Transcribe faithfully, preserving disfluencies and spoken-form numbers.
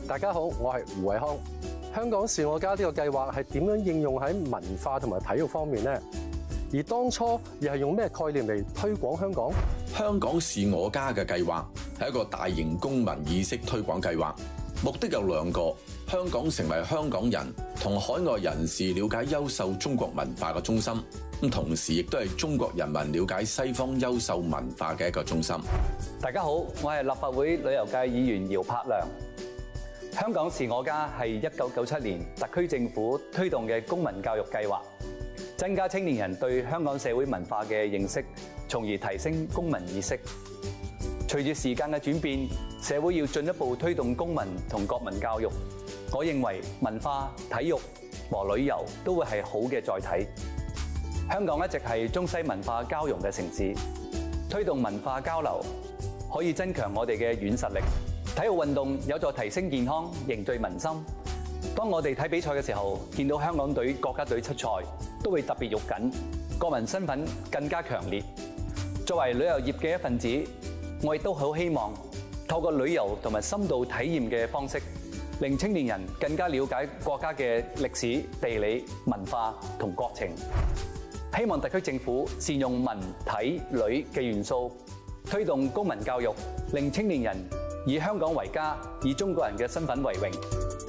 大家好，我係胡偉康。香港是我家呢個計劃係點樣應用喺文化同埋體育方面呢？而當初又係用咩概念嚟推廣香港？ 香港是我家嘅計劃係一個大型公民意識推廣計劃，目的有兩個：香港成為香港人同海外人士了解優秀中國文化嘅中心，咁同時亦都係中國人民了解西方優秀文化嘅一個中心。 大家好，我係立法會旅遊界議員姚柏良。香港是我家係一九九七年特區政府推動嘅公民教育計劃，增加青年人對香港社會文化嘅認識，從而提升公民意識。隨住時間嘅轉變，社會要進一步推動公民同國民教育。我認為文化、體育和旅遊都會係好嘅載體。香港一直係中西文化交融嘅城市，推動文化交流可以增強我哋嘅軟實力。體育運動有助提升健康，凝聚民心。當我哋睇比賽嘅時候，見到香港隊、國家隊出賽，都會特別肉緊，國民身份更加強烈。作為旅遊業嘅一份子，我亦都好希望透過旅遊同埋深度體驗嘅方式，令青年人更加了解國家嘅歷史、地理、文化同國情。希望特區政府善用文、體、旅嘅元素，推動公民教育，令青年人以香港為家，以中國人嘅身份為榮。